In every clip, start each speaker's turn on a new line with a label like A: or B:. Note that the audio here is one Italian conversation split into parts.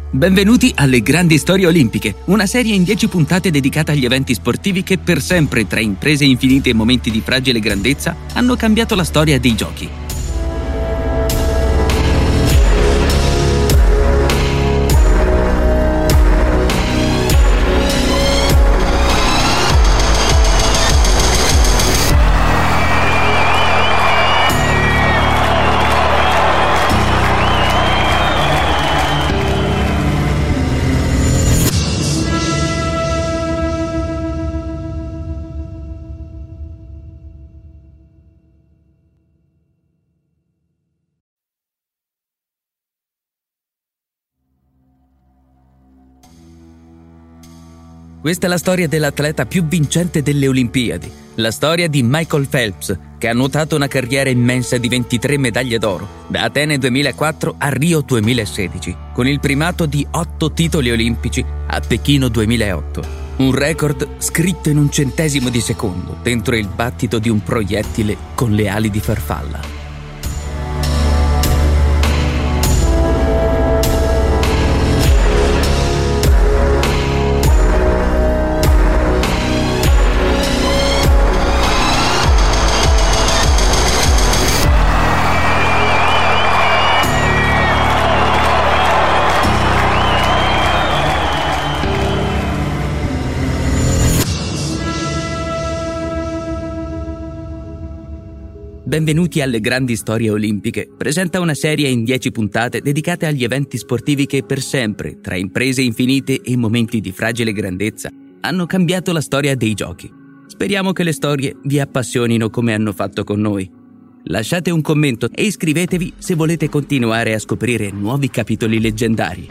A: Benvenuti alle Grandi Storie Olimpiche, una serie in 10 puntate dedicata agli eventi sportivi che per sempre, tra imprese infinite e momenti di fragile grandezza, hanno cambiato la storia dei giochi. Questa è la storia dell'atleta più vincente delle Olimpiadi, la storia di Michael Phelps, che ha nuotato una carriera immensa di 23 medaglie d'oro, da Atene 2004 a Rio 2016, con il primato di 8 titoli olimpici a Pechino 2008. Un record scritto in un centesimo di secondo, dentro il battito di un proiettile con le ali di farfalla. Benvenuti alle Grandi Storie Olimpiche presenta una serie in 10 puntate dedicate agli eventi sportivi che per sempre, tra imprese infinite e momenti di fragile grandezza, hanno cambiato la storia dei giochi. Speriamo che le storie vi appassionino come hanno fatto con noi. Lasciate un commento e iscrivetevi se volete continuare a scoprire nuovi capitoli leggendari.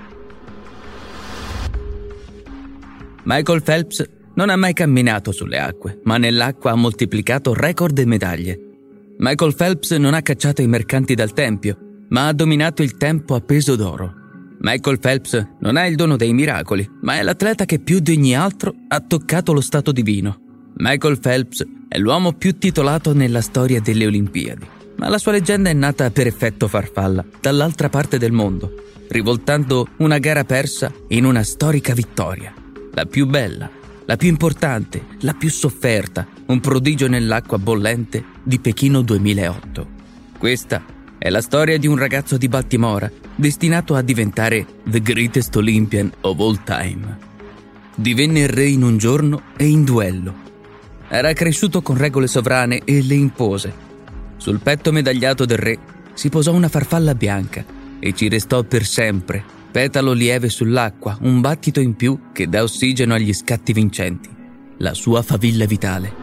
A: Michael Phelps non ha mai camminato sulle acque, ma nell'acqua ha moltiplicato record e medaglie. Michael Phelps non ha cacciato i mercanti dal tempio, ma ha dominato il tempo a peso d'oro. Michael Phelps non ha il dono dei miracoli, ma è l'atleta che più di ogni altro ha toccato lo stato divino. Michael Phelps è l'uomo più titolato nella storia delle Olimpiadi, ma la sua leggenda è nata per effetto farfalla, dall'altra parte del mondo, rivoltando una gara persa in una storica vittoria, la più bella, la più importante, la più sofferta, un prodigio nell'acqua bollente di Pechino 2008. Questa è la storia di un ragazzo di Baltimora destinato a diventare the greatest Olympian of all time. Divenne il re in un giorno e in duello. Era cresciuto con regole sovrane e le impose. Sul petto medagliato del re si posò una farfalla bianca e ci restò per sempre, petalo lieve sull'acqua, un battito in più che dà ossigeno agli scatti vincenti, la sua favilla vitale.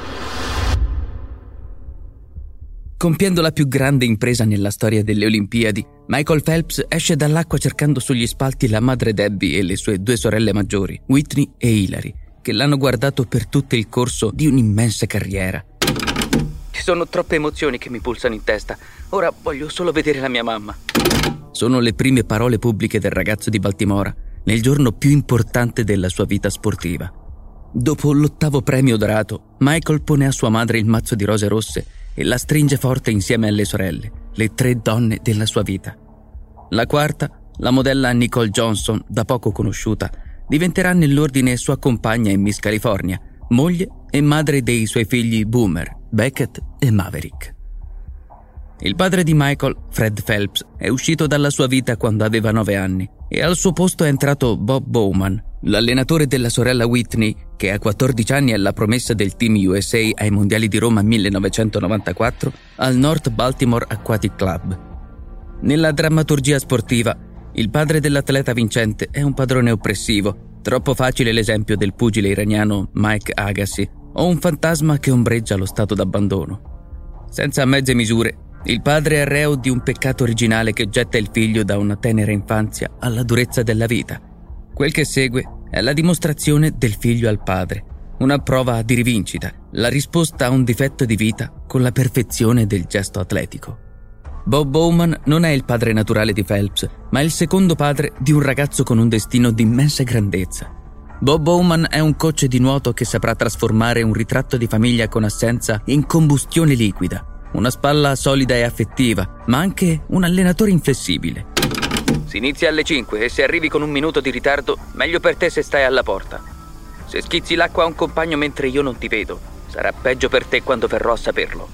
A: Compiendo la più grande impresa nella storia delle Olimpiadi, Michael Phelps esce dall'acqua cercando sugli spalti la madre Debbie e le sue 2 sorelle maggiori, Whitney e Hilary, che l'hanno guardato per tutto il corso di un'immensa carriera. Ci sono troppe emozioni che mi pulsano in testa. Ora voglio solo vedere la mia mamma. Sono le prime parole pubbliche del ragazzo di Baltimora nel giorno più importante della sua vita sportiva. Dopo l'8º premio dorato, Michael pone a sua madre il mazzo di rose rosse e la stringe forte insieme alle sorelle, le 3 donne della sua vita. La quarta, la modella Nicole Johnson, da poco conosciuta, diventerà nell'ordine sua compagna in Miss California, moglie e madre dei suoi figli Boomer, Beckett e Maverick. Il padre di Michael, Fred Phelps, è uscito dalla sua vita quando aveva 9 anni e al suo posto è entrato Bob Bowman, l'allenatore della sorella Whitney, che a 14 anni è la promessa del Team USA ai Mondiali di Roma 1994 al North Baltimore Aquatic Club. Nella drammaturgia sportiva, il padre dell'atleta vincente è un padrone oppressivo, troppo facile l'esempio del pugile iraniano Mike Agassi, o un fantasma che ombreggia lo stato d'abbandono. Senza mezze misure, il padre è reo di un peccato originale che getta il figlio da una tenera infanzia alla durezza della vita. Quel che segue è la dimostrazione del figlio al padre, una prova di rivincita, la risposta a un difetto di vita con la perfezione del gesto atletico. Bob Bowman non è il padre naturale di Phelps, ma il secondo padre di un ragazzo con un destino di immensa grandezza. Bob Bowman è un coach di nuoto che saprà trasformare un ritratto di famiglia con assenza in combustione liquida, una spalla solida e affettiva, ma anche un allenatore inflessibile. Si inizia alle 5 e se arrivi con un minuto di ritardo, meglio per te se stai alla porta. Se schizzi l'acqua a un compagno mentre io non ti vedo, sarà peggio per te quando verrò a saperlo.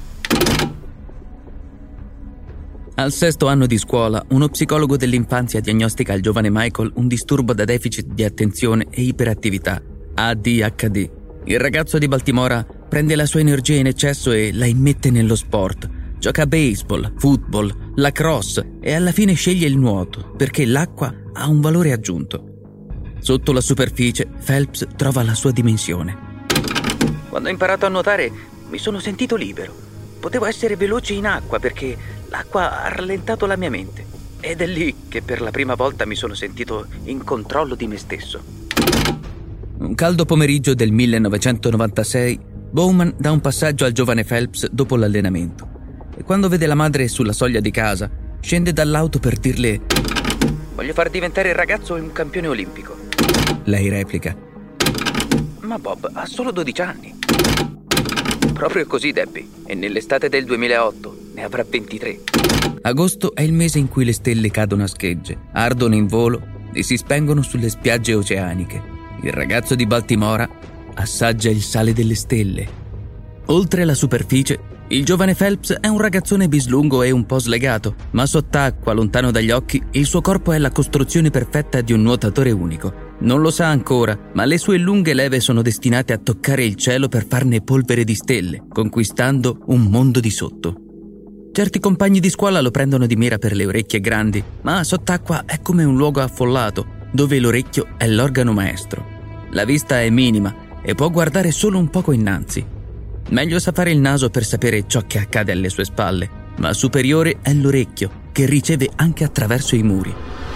A: Al 6º anno di scuola, uno psicologo dell'infanzia diagnostica al giovane Michael un disturbo da deficit di attenzione e iperattività, ADHD. Il ragazzo di Baltimora prende la sua energia in eccesso e la immette nello sport. Gioca a baseball, football, lacrosse e alla fine sceglie il nuoto perché l'acqua ha un valore aggiunto. Sotto la superficie, Phelps trova la sua dimensione. Quando ho imparato a nuotare, mi sono sentito libero. Potevo essere veloce in acqua perché l'acqua ha rallentato la mia mente. Ed è lì che per la prima volta mi sono sentito in controllo di me stesso. Un caldo pomeriggio del 1996, Bowman dà un passaggio al giovane Phelps dopo l'allenamento. E quando vede la madre sulla soglia di casa, scende dall'auto per dirle: «Voglio far diventare il ragazzo un campione olimpico». Lei replica: «Ma Bob ha solo 12 anni». «Proprio così, Debbie, e nell'estate del 2008 ne avrà 23». Agosto è il mese in cui le stelle cadono a schegge, ardono in volo e si spengono sulle spiagge oceaniche. Il ragazzo di Baltimora assaggia il sale delle stelle. Oltre la superficie, il giovane Phelps è un ragazzone bislungo e un po' slegato, ma sott'acqua, lontano dagli occhi, il suo corpo è la costruzione perfetta di un nuotatore unico. Non lo sa ancora, ma le sue lunghe leve sono destinate a toccare il cielo per farne polvere di stelle, conquistando un mondo di sotto. Certi compagni di scuola lo prendono di mira per le orecchie grandi, ma sott'acqua è come un luogo affollato, dove l'orecchio è l'organo maestro. La vista è minima e può guardare solo un poco innanzi. Meglio sapere il naso per sapere ciò che accade alle sue spalle, ma superiore è l'orecchio, che riceve anche attraverso i muri.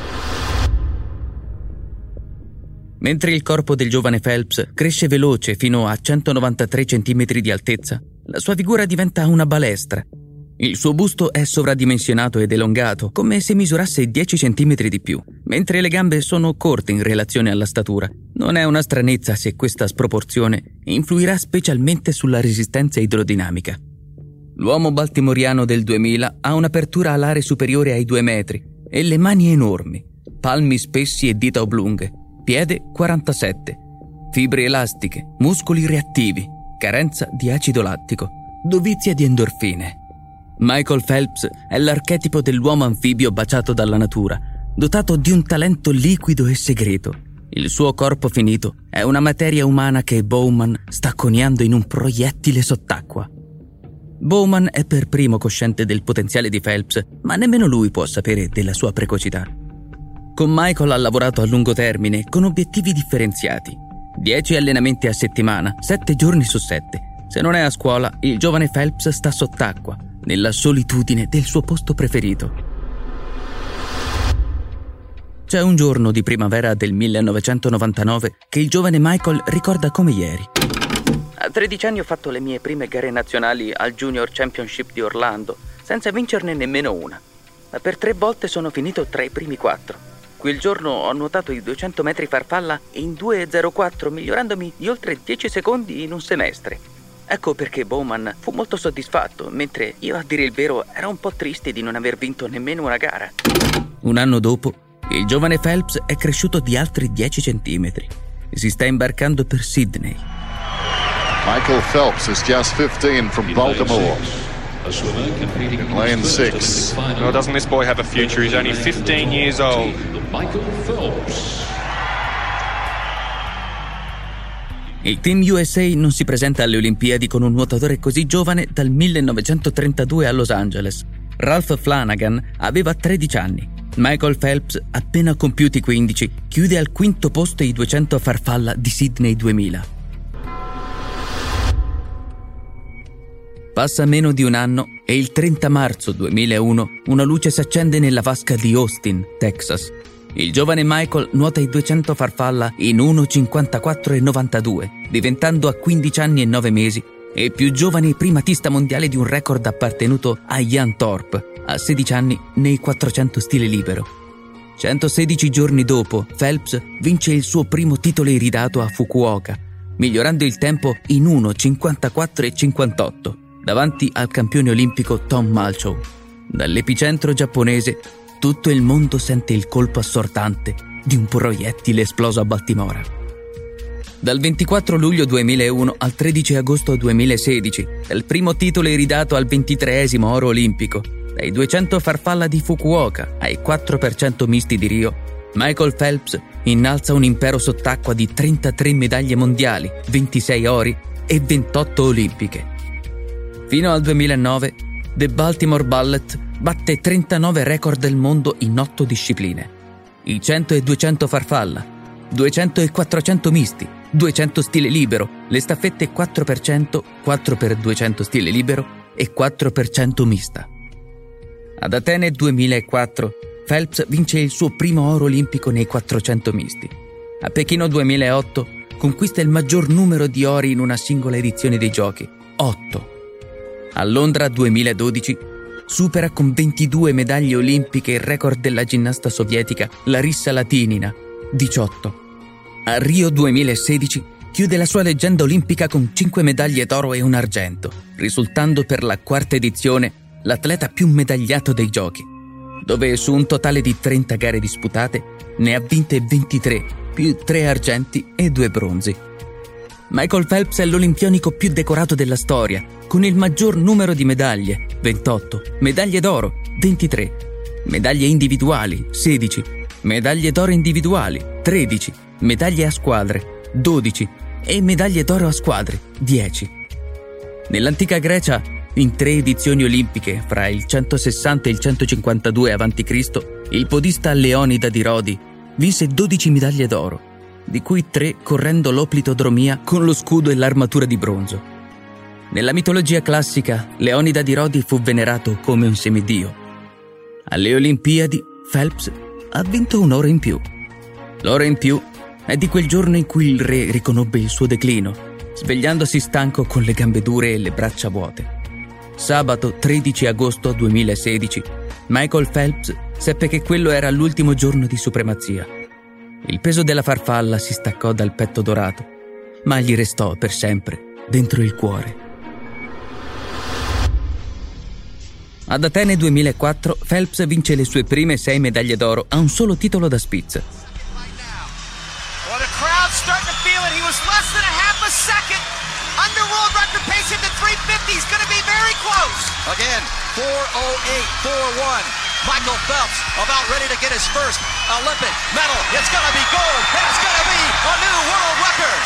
A: Mentre il corpo del giovane Phelps cresce veloce fino a 193 cm di altezza, la sua figura diventa una balestra. Il suo busto è sovradimensionato ed elongato, come se misurasse 10 cm di più, mentre le gambe sono corte in relazione alla statura. Non è una stranezza se questa sproporzione influirà specialmente sulla resistenza idrodinamica. L'uomo baltimoriano del 2000 ha un'apertura alare superiore ai 2 metri e le mani enormi, palmi spessi e dita oblunghe, piede 47, fibre elastiche, muscoli reattivi, carenza di acido lattico, dovizia di endorfine. Michael Phelps è l'archetipo dell'uomo anfibio baciato dalla natura, dotato di un talento liquido e segreto. Il suo corpo finito è una materia umana che Bowman sta coniando in un proiettile sott'acqua. Bowman è per primo cosciente del potenziale di Phelps, ma nemmeno lui può sapere della sua precocità. Con Michael ha lavorato a lungo termine con obiettivi differenziati. 10 allenamenti a settimana, 7 giorni su 7. Se non è a scuola, il giovane Phelps sta sott'acqua, nella solitudine del suo posto preferito. C'è un giorno di primavera del 1999 che il giovane Michael ricorda come ieri. A 13 anni ho fatto le mie prime gare nazionali al Junior Championship di Orlando, senza vincerne nemmeno una. Ma per 3 volte sono finito tra i primi 4. Quel giorno ho nuotato i 200 metri farfalla in 2:04, migliorandomi di oltre 10 secondi in un semestre. Ecco perché Bowman fu molto soddisfatto, mentre io, a dire il vero, ero un po' triste di non aver vinto nemmeno una gara. Un anno dopo, il giovane Phelps è cresciuto di altri 10 centimetri e si sta imbarcando per Sydney.
B: Michael Phelps is just 15 from Baltimore. In lane 6.
C: Well, doesn't this boy have a future? He's only 15 years old.
D: Michael Phelps.
A: Il Team USA non si presenta alle Olimpiadi con un nuotatore così giovane dal 1932 a Los Angeles. Ralph Flanagan aveva 13 anni. Michael Phelps, appena compiuti 15, chiude al 5° posto i 200 a farfalla di Sydney 2000. Passa meno di un anno e il 30 marzo 2001 una luce si accende nella vasca di Austin, Texas. Il giovane Michael nuota i 200 farfalla in 1:54,92, diventando a 15 anni e 9 mesi il più giovane primatista mondiale di un record appartenuto a Ian Thorpe, a 16 anni nei 400 stile libero. 116 giorni dopo, Phelps vince il suo primo titolo iridato a Fukuoka, migliorando il tempo in 1:54,58, davanti al campione olimpico Tom Malchow. Dall'epicentro giapponese tutto il mondo sente il colpo assortante di un proiettile esploso a Baltimora. Dal 24 luglio 2001 al 13 agosto 2016, dal primo titolo iridato al 23esimo oro olimpico, dai 200 farfalla di Fukuoka ai 4% misti di Rio, Michael Phelps innalza un impero sott'acqua di 33 medaglie mondiali, 26 ori e 28 olimpiche. Fino al 2009, The Baltimore Ballet batte 39 record del mondo in 8 discipline. I 100 e 200 farfalla, 200 e 400 misti, 200 stile libero, le staffette 4%, 4x200 stile libero e 4% mista. Ad Atene 2004, Phelps vince il suo primo oro olimpico nei 400 misti. A Pechino 2008 conquista il maggior numero di ori in una singola edizione dei giochi, 8. A Londra 2012 supera con 22 medaglie olimpiche il record della ginnasta sovietica Larissa Latinina, 18. A Rio 2016 chiude la sua leggenda olimpica con 5 medaglie d'oro e un argento, risultando per la quarta edizione l'atleta più medagliato dei giochi, dove su un totale di 30 gare disputate ne ha vinte 23, più 3 argenti e 2 bronzi. Michael Phelps è l'olimpionico più decorato della storia, con il maggior numero di medaglie, 28, medaglie d'oro, 23, medaglie individuali, 16, medaglie d'oro individuali, 13, medaglie a squadre, 12 e medaglie d'oro a squadre, 10. Nell'antica Grecia, in 3 edizioni olimpiche, fra il 160 e il 152 a.C., il podista Leonida di Rodi vinse 12 medaglie d'oro, di cui 3 correndo l'oplitodromia con lo scudo e l'armatura di bronzo. Nella mitologia classica, Leonida di Rodi fu venerato come un semidio. Alle Olimpiadi, Phelps ha vinto un oro in più. L'oro in più è di quel giorno in cui il re riconobbe il suo declino, svegliandosi stanco con le gambe dure e le braccia vuote. Sabato 13 agosto 2016, Michael Phelps seppe che quello era l'ultimo giorno di supremazia. Il peso della farfalla si staccò dal petto dorato, ma gli restò per sempre dentro il cuore. Ad Atene 2004, Phelps vince le sue prime 6 medaglie d'oro a un solo titolo da Spitz.
E: Starting to feel it. He was less than a half a second under world record pace into 350. He's going to be very close. Again, 4:08.41. Michael Phelps about ready to get his first Olympic medal. It's going to be gold. It's going to be a new world record.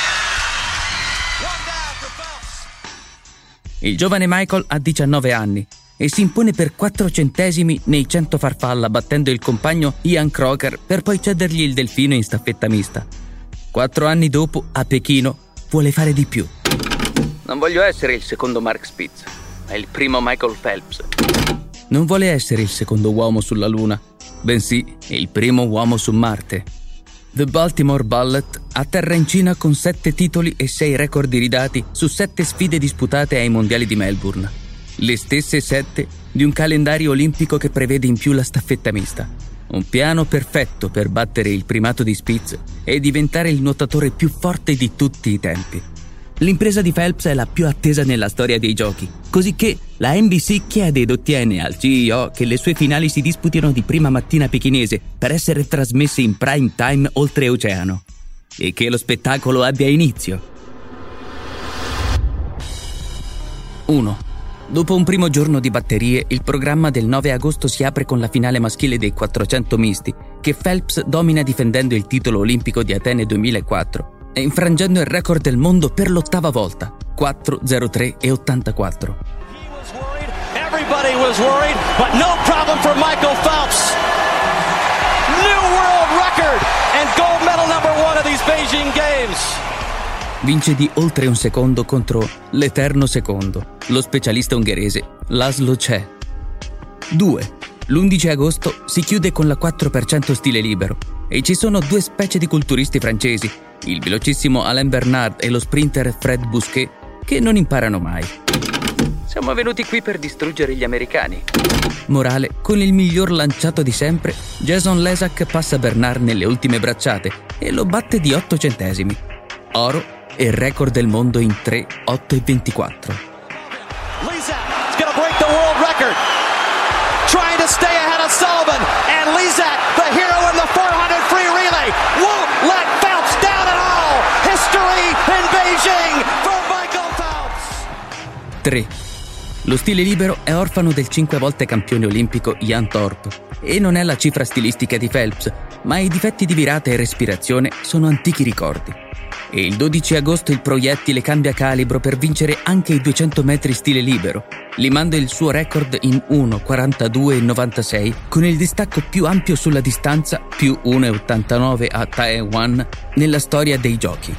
E: One down for Phelps.
A: Il giovane Michael ha 19 anni e si impone per 4 centesimi nei 100 farfalla, battendo il compagno Ian Crocker per poi cedergli il delfino in staffetta mista. 4 anni dopo, a Pechino, vuole fare di più. Non voglio essere il secondo Mark Spitz, ma il primo Michael Phelps. Non vuole essere il secondo uomo sulla Luna, bensì il primo uomo su Marte. The Baltimore Ballet atterra in Cina con 7 titoli e 6 record iridati su 7 sfide disputate ai mondiali di Melbourne. Le stesse 7 di un calendario olimpico che prevede in più la staffetta mista. Un piano perfetto per battere il primato di Spitz e diventare il nuotatore più forte di tutti i tempi. L'impresa di Phelps è la più attesa nella storia dei giochi, cosicché la NBC chiede ed ottiene al CEO che le sue finali si disputino di prima mattina pechinese per essere trasmesse in prime time oltreoceano e che lo spettacolo abbia inizio. 1. Dopo un primo giorno di batterie, il programma del 9 agosto si apre con la finale maschile dei 400 misti, che Phelps domina difendendo il titolo olimpico di Atene 2004 e infrangendo il record del mondo per l'8ª volta, 4:03 e 84.
E: Everybody was worried, but no problem for Michael Phelps. New world record and gold medal number 1 of these Beijing Games.
A: Vince di oltre un secondo contro l'eterno secondo, lo specialista ungherese Laszlo Cseh. 2. L'11 agosto si chiude con la 4% stile libero e ci sono 2 specie di culturisti francesi, il velocissimo Alain Bernard e lo sprinter Fred Bousquet, che non imparano mai. Siamo venuti qui per distruggere gli americani. Morale, con il miglior lanciato di sempre, Jason Lesac passa Bernard nelle ultime bracciate e lo batte di 8 centesimi. Oro e record del mondo in 3, 8 e 24.
E: Lesac is going to break the world record. Trying to stay ahead of Sullivan. way. Won't let Phelps down at all. History in Beijing for Michael Phelps.
A: 3. Lo stile libero è orfano del 5 volte campione olimpico Jan Thorpe e non è la cifra stilistica di Phelps, ma i difetti di virata e respirazione sono antichi ricordi. E il 12 agosto il proiettile cambia calibro per vincere anche i 200 metri stile libero, limando il suo record in 1:42,96 con il distacco più ampio sulla distanza, più 1,89 a Taiwan, nella storia dei giochi.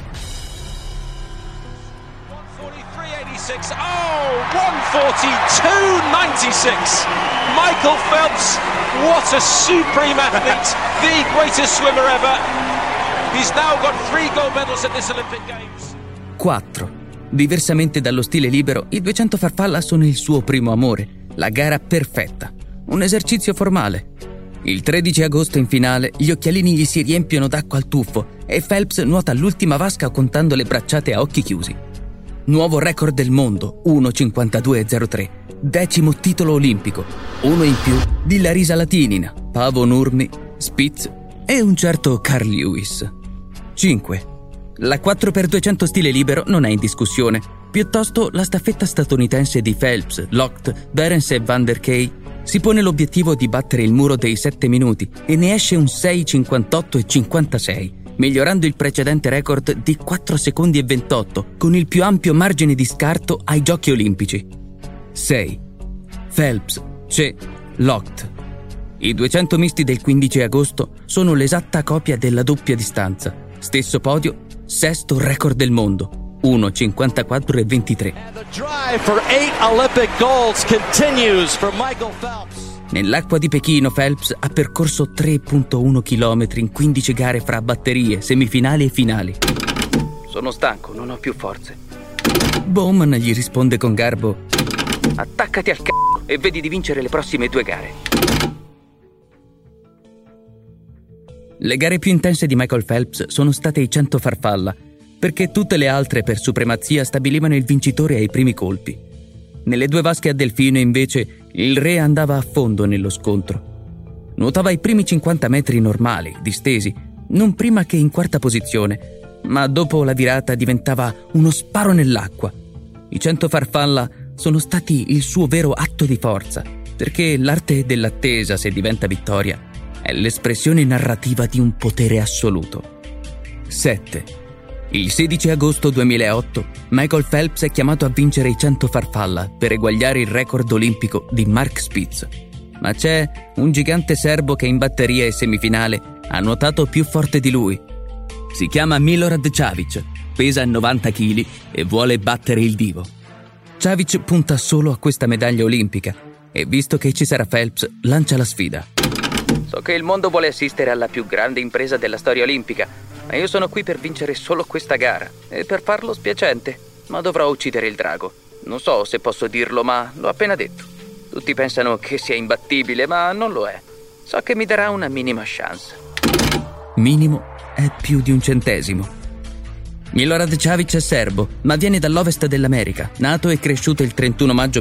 C: 1:42.96. Michael Phelps, what a supreme athlete, the greatest swimmer ever. He's now got 3 gold medals at this Olympic Games.
A: 4. Diversamente dallo stile libero, i 200 farfalla sono il suo primo amore, la gara perfetta, un esercizio formale. Il 13 agosto in finale gli occhialini gli si riempiono d'acqua al tuffo e Phelps nuota all'ultima vasca contando le bracciate a occhi chiusi. Nuovo record del mondo, 1:52,03. 10° titolo olimpico, uno in più di Larisa Latinina, Paavo Nurmi, Spitz e un certo Carl Lewis. 5. La 4x200 stile libero non è in discussione, piuttosto la staffetta statunitense di Phelps, Lochte, Behrens e Van der Key si pone l'obiettivo di battere il muro dei 7 minuti e ne esce un 6:58,56, migliorando il precedente record di 4 secondi e 28, con il più ampio margine di scarto ai Giochi Olimpici. 6. Phelps, Che, Lochte. I 200 misti del 15 agosto sono l'esatta copia della doppia distanza. Stesso podio, sesto record del mondo, 1:54,23. Nell'acqua di Pechino Phelps ha percorso 3,1 km in 15 gare fra batterie, semifinali e finali. Sono stanco, non ho più forze. Bowman gli risponde con garbo: attaccati al c***o e vedi di vincere le prossime 2 gare. Le gare più intense di Michael Phelps sono state i 100 farfalla, perché tutte le altre per supremazia stabilivano il vincitore ai primi colpi. Nelle 2 vasche a delfino, invece, il re andava a fondo nello scontro. Nuotava i primi 50 metri normali, distesi, non prima che in quarta posizione, ma dopo la virata diventava uno sparo nell'acqua. I 100 farfalla sono stati il suo vero atto di forza, perché l'arte dell'attesa, se diventa vittoria, è l'espressione narrativa di un potere assoluto. 7. Il 16 agosto 2008 Michael Phelps è chiamato a vincere i 100 farfalla per eguagliare il record olimpico di Mark Spitz. Ma c'è un gigante serbo che in batteria e semifinale ha nuotato più forte di lui. Si chiama Milorad Čavić, pesa 90 kg e vuole battere il divo. Čavić punta solo a questa medaglia olimpica e, visto che ci sarà Phelps, lancia la sfida. So che il mondo vuole assistere alla più grande impresa della storia olimpica, ma io sono qui per vincere solo questa gara e per farlo spiacente, ma dovrò uccidere il drago. Non so se posso dirlo, ma l'ho appena detto. Tutti pensano che sia imbattibile, ma non lo è. So che mi darà una minima chance. Minimo è più di un centesimo. Milorad Čavić è serbo, ma viene dall'ovest dell'America, nato e cresciuto il 31 maggio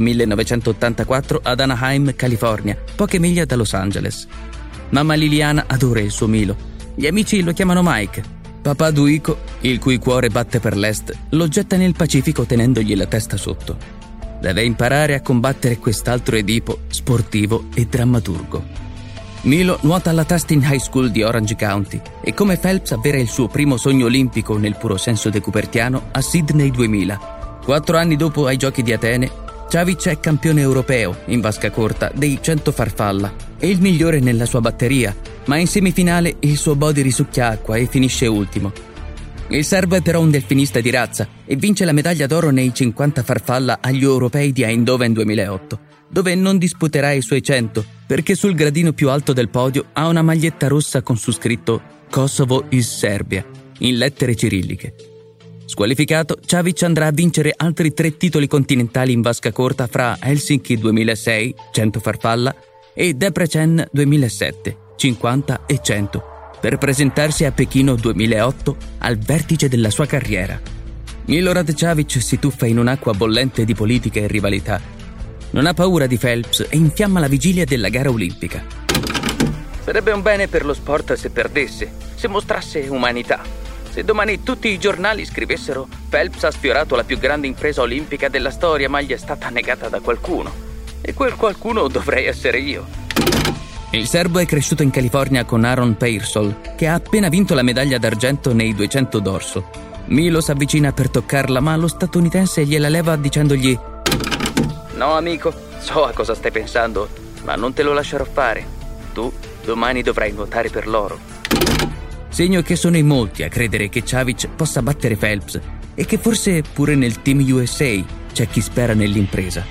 A: 1984 ad Anaheim, California, poche miglia da Los Angeles. Mamma Liliana adora il suo Milo. Gli amici lo chiamano Mike. Papà Duico, il cui cuore batte per l'est, lo getta nel Pacifico tenendogli la testa sotto. Deve imparare a combattere quest'altro Edipo, sportivo e drammaturgo. Milo nuota alla Tustin High School di Orange County e come Phelps avvera il suo primo sogno olimpico nel puro senso decupertiano a Sydney 2000. 4 anni dopo ai Giochi di Atene, Čavić è campione europeo in vasca corta dei 100 farfalla e il migliore nella sua batteria, ma in semifinale il suo body risucchia acqua e finisce ultimo. Il serbo è però un delfinista di razza e vince la medaglia d'oro nei 50 farfalla agli europei di Eindhoven 2008, dove non disputerà i suoi 100 perché sul gradino più alto del podio ha una maglietta rossa con su scritto Kosovo is Serbia in lettere cirilliche. Squalificato, Čavić andrà a vincere altri 3 titoli continentali in vasca corta fra Helsinki 2006, 100 farfalla, e Debrecen 2007, 50 e 100, per presentarsi a Pechino 2008 al vertice della sua carriera. Milorad Čavić si tuffa in un'acqua bollente di politica e rivalità. Non ha paura di Phelps e infiamma la vigilia della gara olimpica. Sarebbe un bene per lo sport se perdesse, se mostrasse umanità. Se domani tutti i giornali scrivessero Phelps ha sfiorato la più grande impresa olimpica della storia, ma gli è stata negata da qualcuno. E quel qualcuno dovrei essere io. Il serbo è cresciuto in California con Aaron Peirsol, che ha appena vinto la medaglia d'argento nei 200 dorso. Milo s'avvicina per toccarla, ma lo statunitense gliela leva dicendogli: no amico, so a cosa stai pensando, ma non te lo lascerò fare. Tu domani dovrai nuotare per l'oro. Segno che sono in molti a credere che Čavić possa battere Phelps e che forse pure nel Team USA c'è chi spera nell'impresa.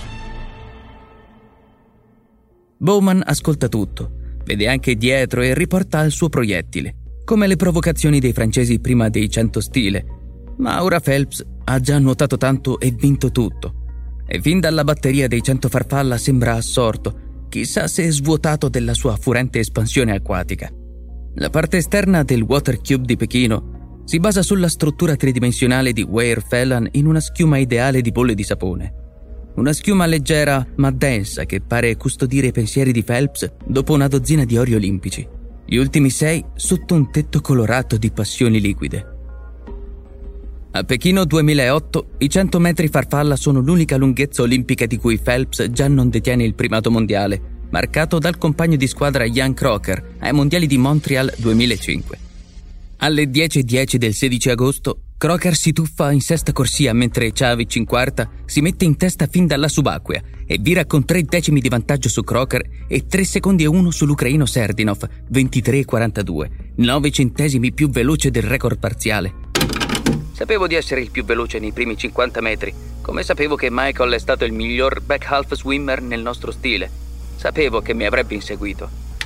A: Bowman ascolta tutto, vede anche dietro e riporta al suo proiettile, come le provocazioni dei francesi prima dei 100 stile. Ma ora Phelps ha già nuotato tanto e vinto tutto. E fin dalla batteria dei 100 farfalla sembra assorto, chissà se è svuotato della sua furente espansione acquatica. La parte esterna del Water Cube di Pechino si basa sulla struttura tridimensionale di Weir Phelan in una schiuma ideale di bolle di sapone. Una schiuma leggera ma densa che pare custodire i pensieri di Phelps dopo una dozzina di ori olimpici, gli ultimi 6 sotto un tetto colorato di passioni liquide. A Pechino 2008 i 100 metri farfalla sono l'unica lunghezza olimpica di cui Phelps già non detiene il primato mondiale, marcato dal compagno di squadra Jan Crocker ai mondiali di Montreal 2005. Alle 10:10 del 16 agosto, Crocker si tuffa in sesta corsia mentre Čavić in quarta si mette in testa fin dalla subacquea e vira con 3 decimi di vantaggio su Crocker e 3 secondi e 1 sull'ucraino Serdinov, 23:42, 9 centesimi più veloce del record parziale. Sapevo di essere il più veloce nei primi 50 metri, come sapevo che Michael è stato il miglior back half swimmer nel nostro stile. Sapevo che mi avrebbe inseguito.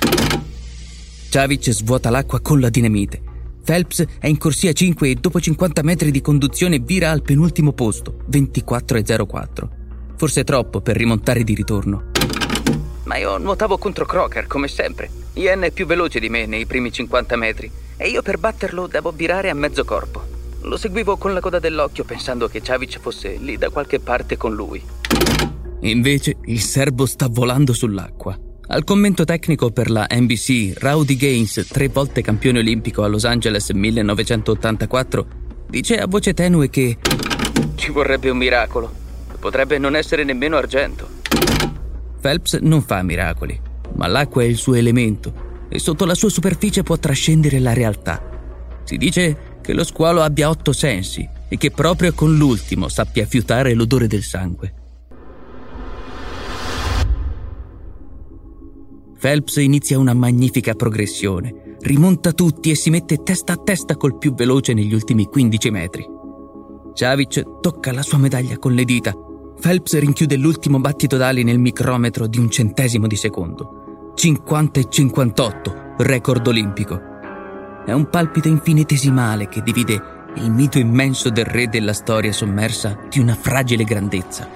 A: Čavić svuota l'acqua con la dinamite. Phelps è in corsia 5 e dopo 50 metri di conduzione vira al penultimo posto, 24:04. Forse troppo per rimontare di ritorno. Ma io nuotavo contro Crocker, come sempre. Ian è più veloce di me nei primi 50 metri e io per batterlo devo virare a mezzo corpo. Lo seguivo con la coda dell'occhio pensando che Čavić fosse lì da qualche parte con lui. Invece il serbo sta volando sull'acqua. Al commento tecnico per la NBC, Rowdy Gaines, 3 volte campione olimpico a Los Angeles 1984, dice a voce tenue che ci vorrebbe un miracolo. Potrebbe non essere nemmeno argento. Phelps non fa miracoli, ma l'acqua è il suo elemento e sotto la sua superficie può trascendere la realtà. Si dice che lo squalo abbia 8 sensi e che proprio con l'ultimo sappia fiutare l'odore del sangue. Phelps inizia una magnifica progressione, rimonta tutti e si mette testa a testa col più veloce negli ultimi 15 metri. Čavić tocca la sua medaglia con le dita. Phelps rinchiude l'ultimo battito d'ali nel micrometro di 1/100 di secondo. 50:58, record olimpico. È un palpito infinitesimale che divide il mito immenso del re della storia sommersa di una fragile grandezza.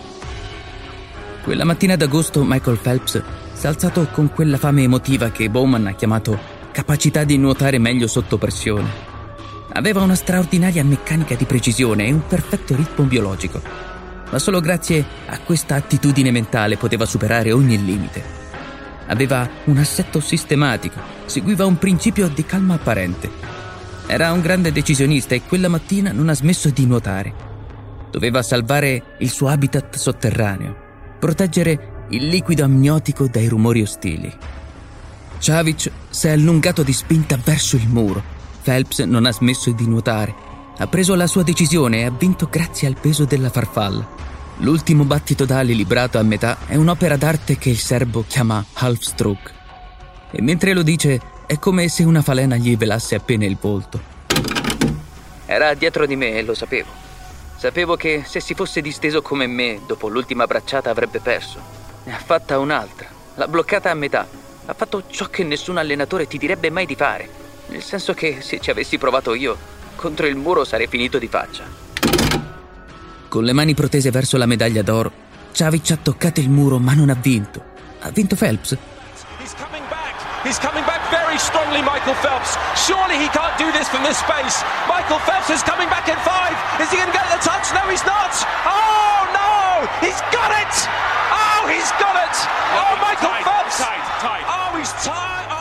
A: Quella mattina d'agosto Michael Phelps si è alzato con quella fame emotiva che Bowman ha chiamato capacità di nuotare meglio sotto pressione. Aveva una straordinaria meccanica di precisione e un perfetto ritmo biologico, ma solo grazie a questa attitudine mentale poteva superare ogni limite. Aveva un assetto sistematico, seguiva un principio di calma apparente. Era un grande decisionista e quella mattina non ha smesso di nuotare. Doveva salvare il suo habitat sotterraneo, proteggere il liquido amniotico dai rumori ostili. Čavić si è allungato di spinta verso il muro. Phelps non ha smesso di nuotare. Ha preso la sua decisione e ha vinto grazie al peso della farfalla. L'ultimo battito d'ali librato a metà è un'opera d'arte che il serbo chiama half stroke. E mentre lo dice è come se una falena gli velasse appena il volto. Era dietro di me e lo sapevo. Sapevo che se si fosse disteso come me, dopo l'ultima bracciata avrebbe perso. Ne ha fatta un'altra, l'ha bloccata a metà. Ha fatto ciò che nessun allenatore ti direbbe mai di fare. Nel senso che se ci avessi provato io, contro il muro sarei finito di faccia. Con le mani protese verso la medaglia d'oro, Čavić ha toccato il muro ma non ha vinto. Ha vinto Phelps.
C: He's coming back very strongly, Michael Phelps. Surely he can't do this from this space. Michael Phelps is coming back in 5. Is he going to get the touch? No, he's not. Oh, no! He's got it! Oh, he's got it! Oh, Michael Phelps! Tight. Oh, he's tight.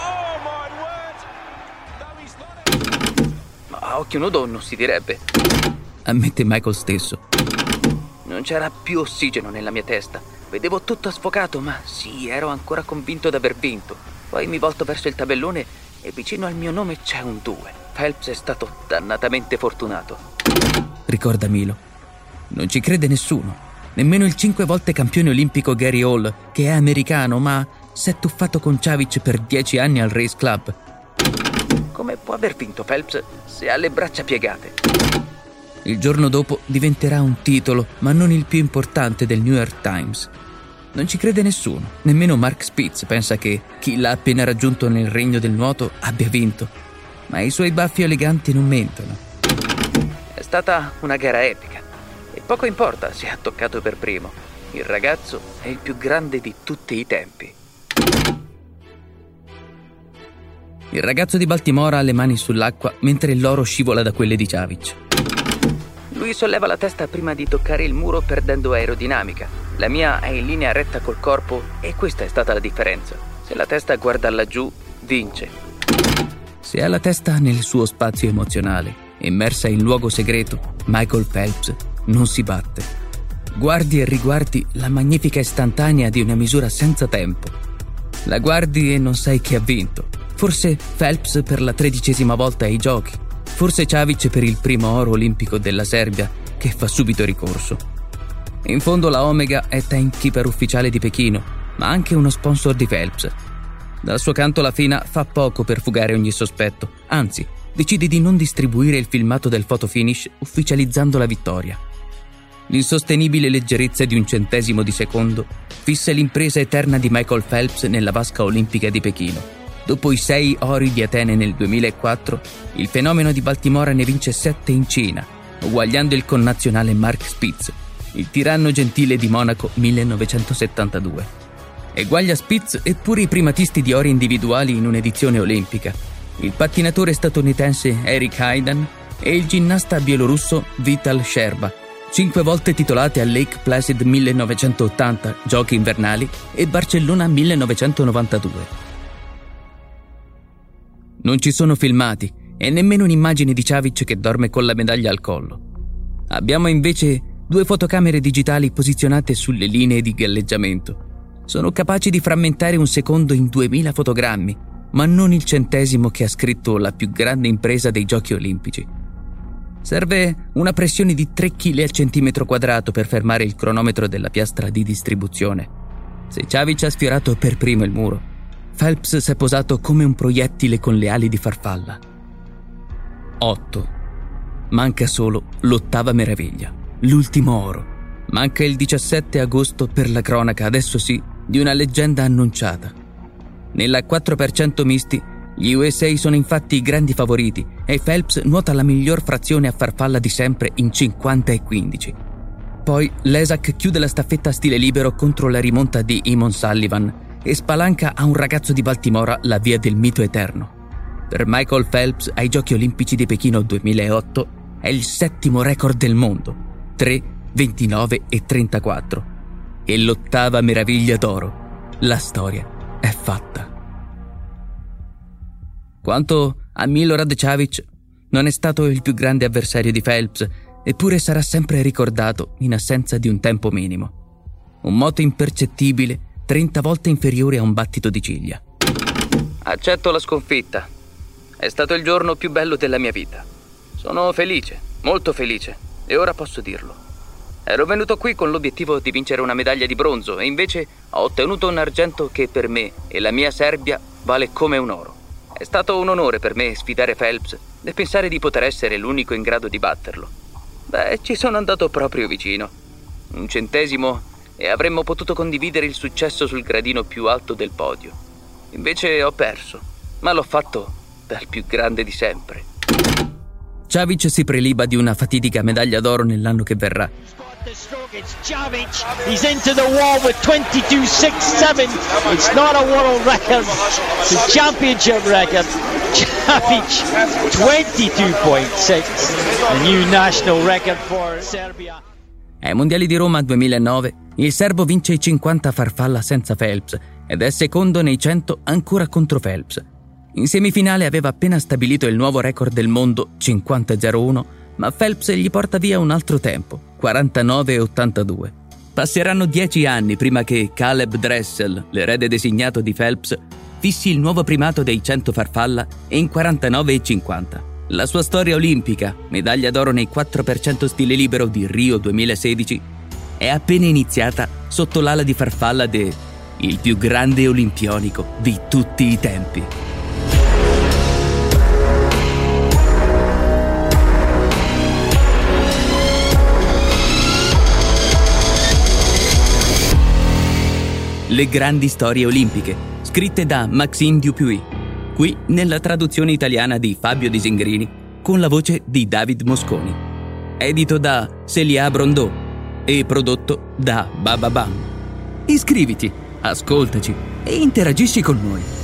A: occhio nudo non si direbbe. Ammette Michael stesso. Non c'era più ossigeno nella mia testa. Vedevo tutto sfocato, ma sì, ero ancora convinto d'aver vinto. Poi mi volto verso il tabellone e vicino al mio nome c'è un 2. Phelps è stato dannatamente fortunato. Ricorda Milo. Non ci crede nessuno. Nemmeno il 5 volte campione olimpico Gary Hall, che è americano, ma si è tuffato con Chavich per 10 anni al Race Club. Come può aver vinto Phelps se ha le braccia piegate? Il giorno dopo diventerà un titolo, ma non il più importante del New York Times. Non ci crede nessuno, nemmeno Mark Spitz pensa che chi l'ha appena raggiunto nel regno del nuoto abbia vinto. Ma i suoi baffi eleganti non mentono. È stata una gara epica, e poco importa se ha toccato per primo. Il ragazzo è il più grande di tutti i tempi. Il ragazzo di Baltimora ha le mani sull'acqua mentre l'oro scivola da quelle di Chavich. Lui solleva la testa prima di toccare il muro perdendo aerodinamica. La mia è in linea retta col corpo e questa è stata la differenza. Se la testa guarda laggiù, vince. Se ha la testa nel suo spazio emozionale, immersa in luogo segreto, Michael Phelps non si batte. Guardi e riguardi la magnifica istantanea di una misura senza tempo. La guardi e non sai chi ha vinto. Forse Phelps per la 13ª volta ai giochi. Forse Chavich per il primo oro olimpico della Serbia, che fa subito ricorso. In fondo la Omega è timekeeper ufficiale di Pechino, ma anche uno sponsor di Phelps. Dal suo canto la FINA fa poco per fugare ogni sospetto, anzi, decide di non distribuire il filmato del photo finish ufficializzando la vittoria. L'insostenibile leggerezza di un centesimo di secondo fissa l'impresa eterna di Michael Phelps nella vasca olimpica di Pechino. Dopo i 6 ori di Atene nel 2004, il fenomeno di Baltimora ne vince 7 in Cina, uguagliando il connazionale Mark Spitz, il tiranno gentile di Monaco 1972. Eguaglia Spitz e pure i primatisti di ori individuali in un'edizione olimpica, il pattinatore statunitense Eric Hayden e il ginnasta bielorusso Vital Sherba, 5 volte titolate a Lake Placid 1980, Giochi invernali, e Barcellona 1992. Non ci sono filmati e nemmeno un'immagine di Chavich che dorme con la medaglia al collo. Abbiamo invece 2 fotocamere digitali posizionate sulle linee di galleggiamento. Sono capaci di frammentare un secondo in 2000 fotogrammi, ma non il centesimo che ha scritto la più grande impresa dei Giochi Olimpici. Serve una pressione di 3 kg al centimetro quadrato per fermare il cronometro della piastra di distribuzione. Se Chavich ha sfiorato per primo il muro, Phelps si è posato come un proiettile con le ali di farfalla. 8. Manca solo l'8ª meraviglia, l'ultimo oro. Manca il 17 agosto per la cronaca, adesso sì, di una leggenda annunciata. Nella 4% misti, gli USA sono infatti i grandi favoriti e Phelps nuota la miglior frazione a farfalla di sempre in 50 e 15. Poi l'ESAC chiude la staffetta a stile libero contro la rimonta di Eamon Sullivan e spalanca a un ragazzo di Baltimora la via del mito eterno. Per Michael Phelps ai Giochi Olimpici di Pechino 2008 è il 7° record del mondo, 3, 29 e 34. E l'8ª meraviglia d'oro. La storia è fatta. Quanto a Milorad Chavich, non è stato il più grande avversario di Phelps, eppure sarà sempre ricordato in assenza di un tempo minimo. Un moto impercettibile 30 volte inferiore a un battito di ciglia. Accetto la sconfitta. È stato il giorno più bello della mia vita. Sono felice, molto felice, e ora posso dirlo. Ero venuto qui con l'obiettivo di vincere una medaglia di bronzo e invece ho ottenuto un argento che per me e la mia Serbia vale come un oro. È stato un onore per me sfidare Phelps e pensare di poter essere l'unico in grado di batterlo. Beh, ci sono andato proprio vicino. Un centesimo e avremmo potuto condividere il successo sul gradino più alto del podio. Invece ho perso, ma l'ho fatto dal più grande di sempre. Chavich si preliba di una fatidica medaglia d'oro nell'anno che verrà.
F: It's Chavich. He's into the wall with 22.67. It's not a world record. It's a championship record. Chavich 22.6. The new national record for Serbia.
A: Ai Mondiali di Roma 2009, il serbo vince i 50 farfalla senza Phelps ed è secondo nei 100 ancora contro Phelps. In semifinale aveva appena stabilito il nuovo record del mondo 50-01, ma Phelps gli porta via un altro tempo, 49-82. Passeranno 10 anni prima che Caleb Dressel, l'erede designato di Phelps, fissi il nuovo primato dei 100 farfalla in 49-50. La sua storia olimpica, medaglia d'oro nei 4% stile libero di Rio 2016, è appena iniziata sotto l'ala di farfalla il più grande olimpionico di tutti i tempi. Le grandi storie olimpiche, scritte da Maxime Dupuis, qui nella traduzione italiana di Fabio Disingrini, con la voce di David Mosconi. Edito da Célia Brondot e prodotto da Bababam. Iscriviti, ascoltaci e interagisci con noi.